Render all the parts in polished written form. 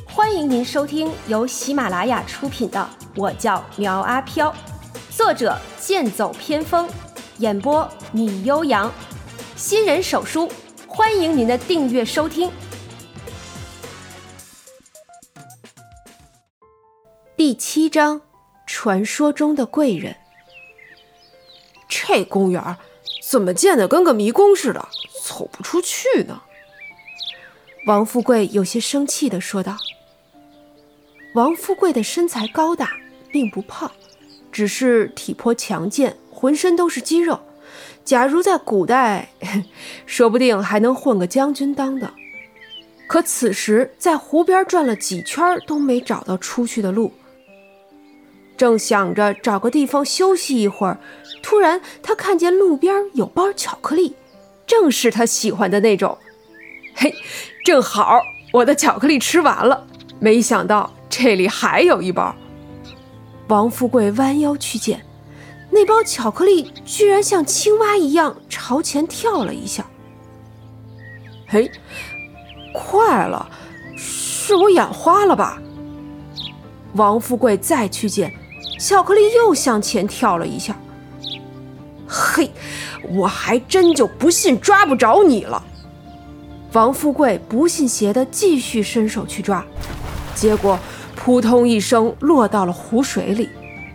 欢迎您收听由喜马拉雅出品的《我叫苗阿飘》，作者剑走偏锋，演播米悠扬，新人手书，欢迎您的订阅收听。第7章，传说中的贵人。 这公园怎么建得跟个迷宫似的，走不出去呢？ 王富贵有些生气地说道。王富贵的身材高大，并不胖，只是体魄强健，浑身都是肌肉。假如在古代，说不定还能混个将军当的。可此时在湖边转了几圈都没找到出去的路。正想着找个地方休息一会儿，突然他看见路边有包巧克力，正是他喜欢的那种。 嘿，正好我的巧克力吃完了，没想到这里还有一包。 王富贵弯腰去捡，那包巧克力居然像青蛙一样朝前跳了一下。 嘿，快了，是我眼花了吧？ 王富贵再去捡，巧克力又向前跳了一下。 嘿，我还真就不信抓不着你了。 王富贵不信邪地继续伸手去抓， 结果扑通一声落到了湖水里。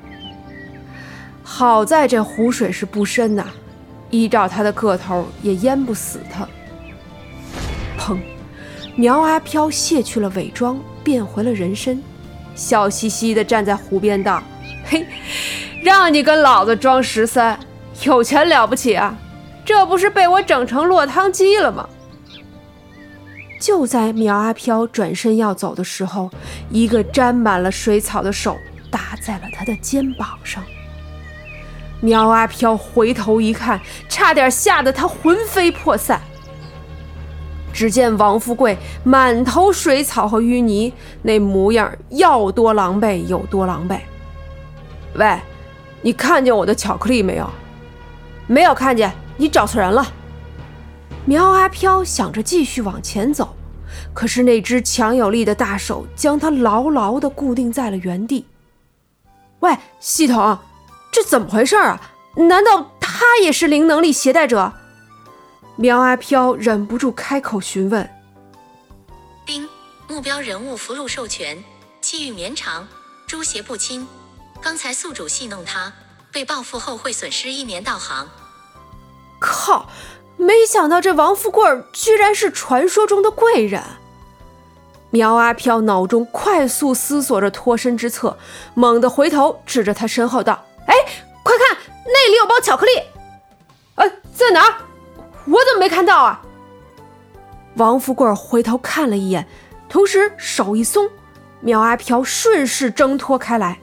好在这湖水是不深呐，依照他的个头也淹不死他。砰！苗阿飘卸去了伪装，变回了人身，笑嘻嘻地站在湖边道： 嘿，让你跟老子装13，有钱了不起啊？这不是被我整成落汤鸡了吗？ 就在苗阿飘转身要走的时候，一个沾满了水草的手搭在了他的肩膀上。苗阿飘回头一看，差点吓得他魂飞魄散。只见王富贵满头水草和淤泥，那模样要多狼狈有多狼狈。 喂，你看见我的巧克力没有？ 没有看见，你找错人了。苗阿飘想着继续往前走，可是那只强有力的大手将他牢牢地固定在了原地。喂，系统，这怎么回事啊？难道他也是灵能力携带者？苗阿飘忍不住开口询问。 丁，目标人物符箓授权，气域绵长，诛邪不侵。刚才宿主戏弄他，被报复后会损失1年道行。 靠！没想到这王富贵居然是传说中的贵人。苗阿飘脑中快速思索着脱身之策，猛地回头指着他身后道：哎，快看，那里有包巧克力。 在哪儿？我怎么没看到啊？ 王富贵回头看了一眼，同时手一松，苗阿飘顺势挣脱开来。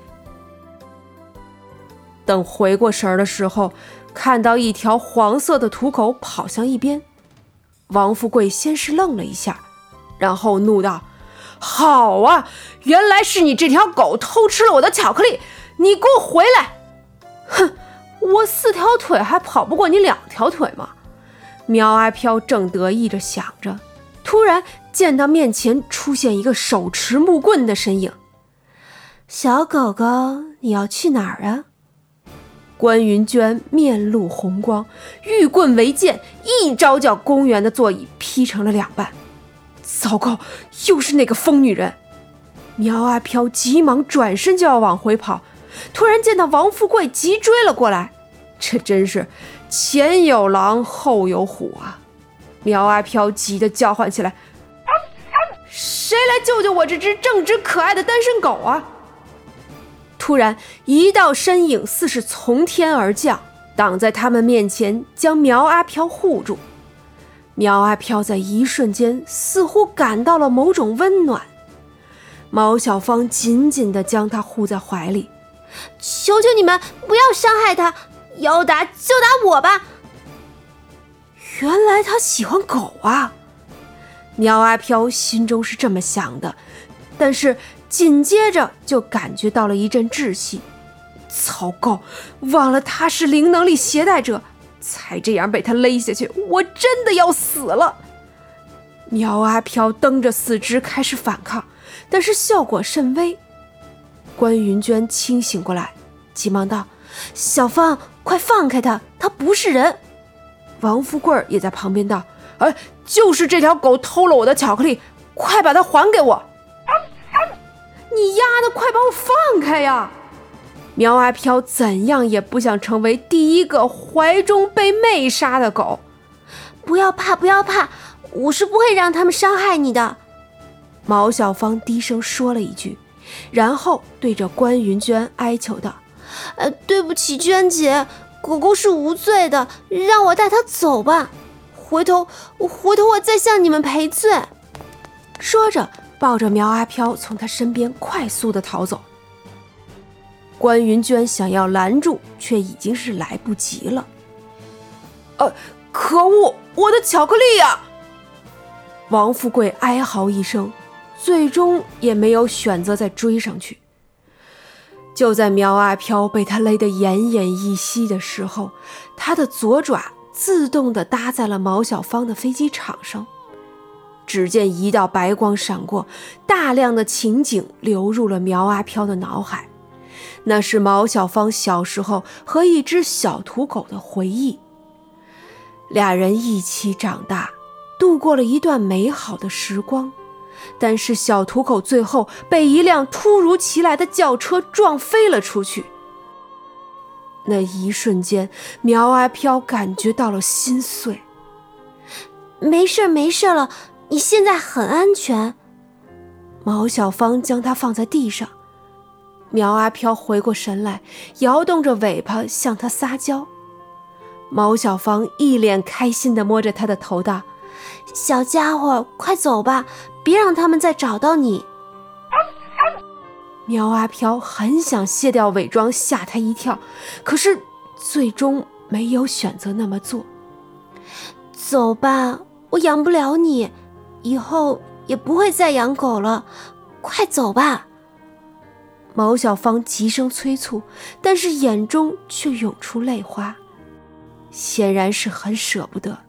等回过神的时候，看到一条黄色的土狗跑向一边。王富贵先是愣了一下，然后怒道：好啊，原来是你这条狗偷吃了我的巧克力，你给我回来！哼，我4条腿还跑不过你2条腿吗？苗阿飘正得意着想着，突然见到面前出现一个手持木棍的身影。小狗狗，你要去哪儿啊？关云娟面露红光，玉棍为剑，一招将公园的座椅劈成了2半。糟糕，又是那个疯女人！苗阿飘急忙转身就要往回跑，突然见到王富贵急追了过来。这真是前有狼后有虎啊！苗阿飘急得叫唤起来：谁来救救我这只正直可爱的单身狗啊！突然一道身影似是从天而降，挡在他们面前，将苗阿飘护住。苗阿飘在一瞬间似乎感到了某种温暖，毛小芳紧紧地将他护在怀里。求求你们不要伤害他，要打就打我吧。原来他喜欢狗啊！苗阿飘心中是这么想的，但是紧接着就感觉到了一阵窒息。糟糕，忘了他是灵能力携带者，才这样被他勒下去，我真的要死了。 苗阿飘蹬着四肢开始反抗，但是效果甚微。关云娟清醒过来，急忙道：小芳，快放开他，他不是人。王富贵也在旁边道：就是这条狗偷了我的巧克力，快把它还给我。你丫的，快把我放开呀！苗阿飘怎样也不想成为第一个怀中被妹杀的狗。 不要怕，不要怕，我是不会让他们伤害你的。 毛小芳低声说了一句，然后对着关云娟哀求道： 对不起，娟姐，狗狗是无罪的，让我带它走吧，回头我再向你们赔罪。 说着抱着苗阿飘从他身边快速地逃走。关云娟想要拦住，却已经是来不及了。可恶，我的巧克力呀！王富贵哀嚎一声，最终也没有选择再追上去。就在苗阿飘被他勒得奄奄一息的时候，他的左爪自动地搭在了毛小芳的飞机场上。只见一道白光闪过，大量的情景流入了苗阿飘的脑海，那是毛小芳小时候和一只小土狗的回忆。俩人一起长大，度过了一段美好的时光，但是小土狗最后被一辆突如其来的轿车撞飞了出去。那一瞬间，苗阿飘感觉到了心碎。 没事了，你现在很安全。 毛小芳将它放在地上，苗阿飘回过神来，摇动着尾巴向他撒娇。毛小芳一脸开心地摸着他的头道： 小家伙，快走吧，别让他们再找到你。 苗阿飘很想卸掉伪装吓他一跳，可是最终没有选择那么做。 走吧，我养不了你，以后也不会再养狗了，快走吧。 毛小芳急声催促，但是眼中却涌出泪花，显然是很舍不得。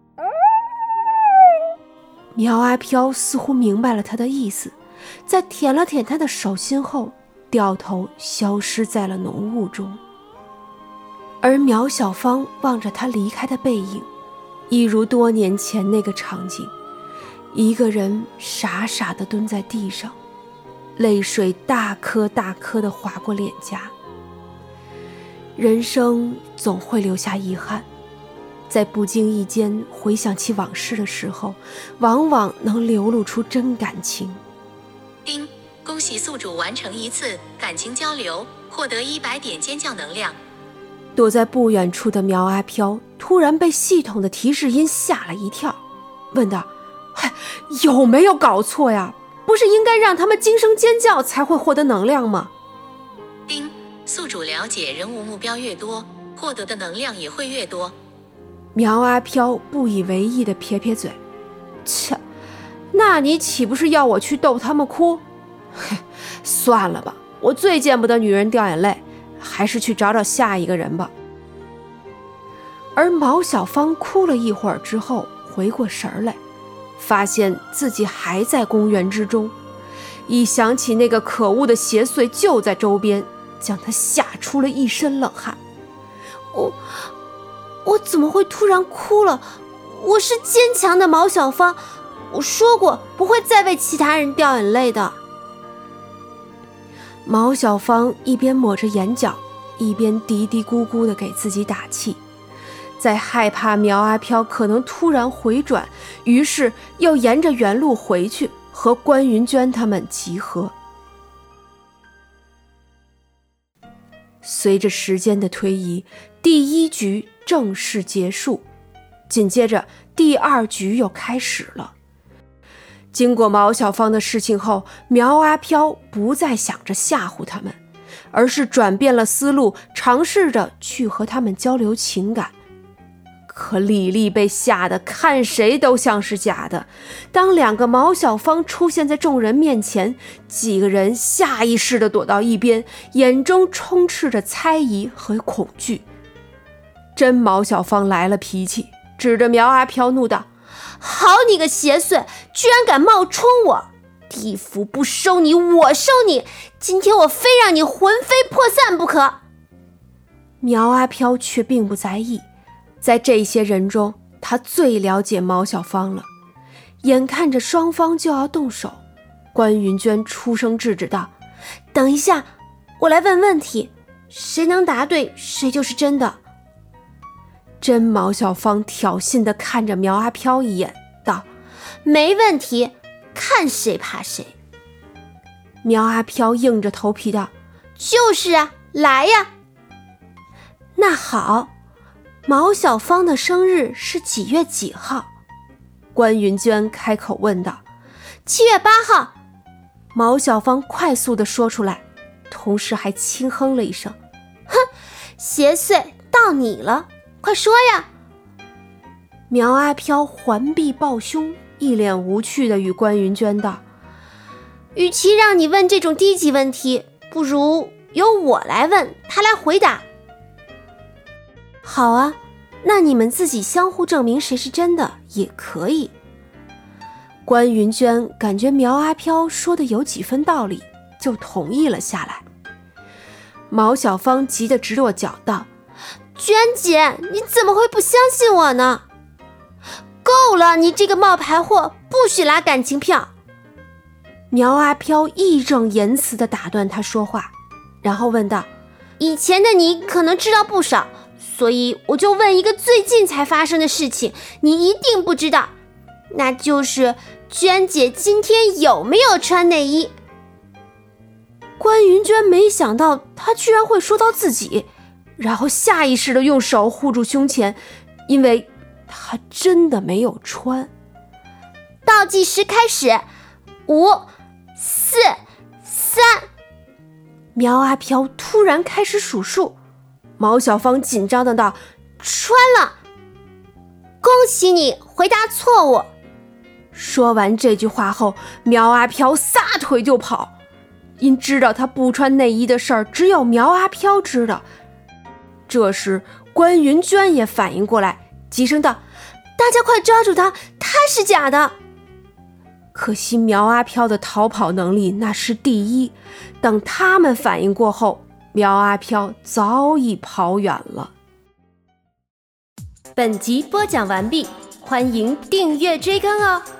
苗阿飘似乎明白了他的意思，在舔了舔他的手心后，掉头消失在了浓雾中。而苗小芳望着他离开的背影，一如多年前那个场景，一个人傻傻地蹲在地上，泪水大颗大颗地划过脸颊。人生总会留下遗憾，在不经意间回想起往事的时候，往往能流露出真感情。 丁，恭喜宿主完成一次感情交流，获得100点尖叫能量。 躲在不远处的苗阿飘突然被系统的提示音吓了一跳，问道：有没有搞错呀？不是应该让他们惊声尖叫才会获得能量吗？ 丁，宿主了解人物目标越多，获得的能量也会越多。 苗阿飘不以为意地撇撇嘴：切，那你岂不是要我去逗他们哭？算了吧，我最见不得女人掉眼泪，还是去找找下一个人吧。而毛小芳哭了一会儿之后回过神来，发现自己还在公园之中，一想起那个可恶的邪祟就在周边，将她吓出了一身冷汗。 我怎么会突然哭了？我是坚强的毛小芳，我说过不会再为其他人掉眼泪的。 毛小芳一边抹着眼角，一边嘀嘀咕咕地给自己打气，在害怕苗阿飘可能突然回转，于是又沿着原路回去和关云娟他们集合。随着时间的推移，第一局正式结束，紧接着第二局又开始了。经过毛小芳的事情后，苗阿飘不再想着吓唬他们，而是转变了思路，尝试着去和他们交流情感。可李丽被吓得看谁都像是假的，当两个毛小芳出现在众人面前，几个人下意识地躲到一边，眼中充斥着猜疑和恐惧。真毛小芳来了脾气，指着苗阿飘怒道： 好你个邪祟，居然敢冒充我！地府不收你，我收你！今天我非让你魂飞魄散不可！ 苗阿飘却并不在意，在这些人中，他最了解毛小芳了。眼看着双方就要动手，关云娟出声制止道：“ 等一下，我来问问题，谁能答对，谁就是真的。” 真毛小芳挑衅地看着苗阿飘一眼，道：“ 没问题，看谁怕谁。” 苗阿飘硬着头皮道：“ 就是啊，来呀！” 那好，毛小芳的生日是几月几号？关云娟开口问道。 7月8号。 毛小芳快速地说出来，同时还轻哼了一声。 哼，邪祟，到你了，快说呀！ 苗阿飘环臂抱胸，一脸无趣地与关云娟道：“ 与其让你问这种低级问题，不如由我来问，他来回答。” 好啊，那你们自己相互证明谁是真的也可以。关云娟感觉苗阿飘说的有几分道理，就同意了下来。毛小芳急得直跺脚道：“ 娟姐，你怎么会不相信我呢？够了，你这个冒牌货，不许拉感情票！” 苗阿飘义正言辞地打断他说话，然后问道：“ 以前的你可能知道不少，所以我就问一个最近才发生的事情，你一定不知道，那就是娟姐今天有没有穿内衣？” 关云娟没想到他居然会说到自己，然后下意识地用手护住胸前，因为他真的没有穿。 倒计时开始，5、4、3。 苗阿飘突然开始数数，毛小芳紧张的道：“ 穿了！恭喜你，回答错误。” 说完这句话后，苗阿飘撒腿就跑。因知道他不穿内衣的事儿只有苗阿飘知道。这时关云娟也反应过来，急声道：“ 大家快抓住他，他是假的！” 可惜苗阿飘的逃跑能力那是第一，等他们反应过后，苗阿飘早已跑远了。 本集播讲完毕，欢迎订阅追更哦。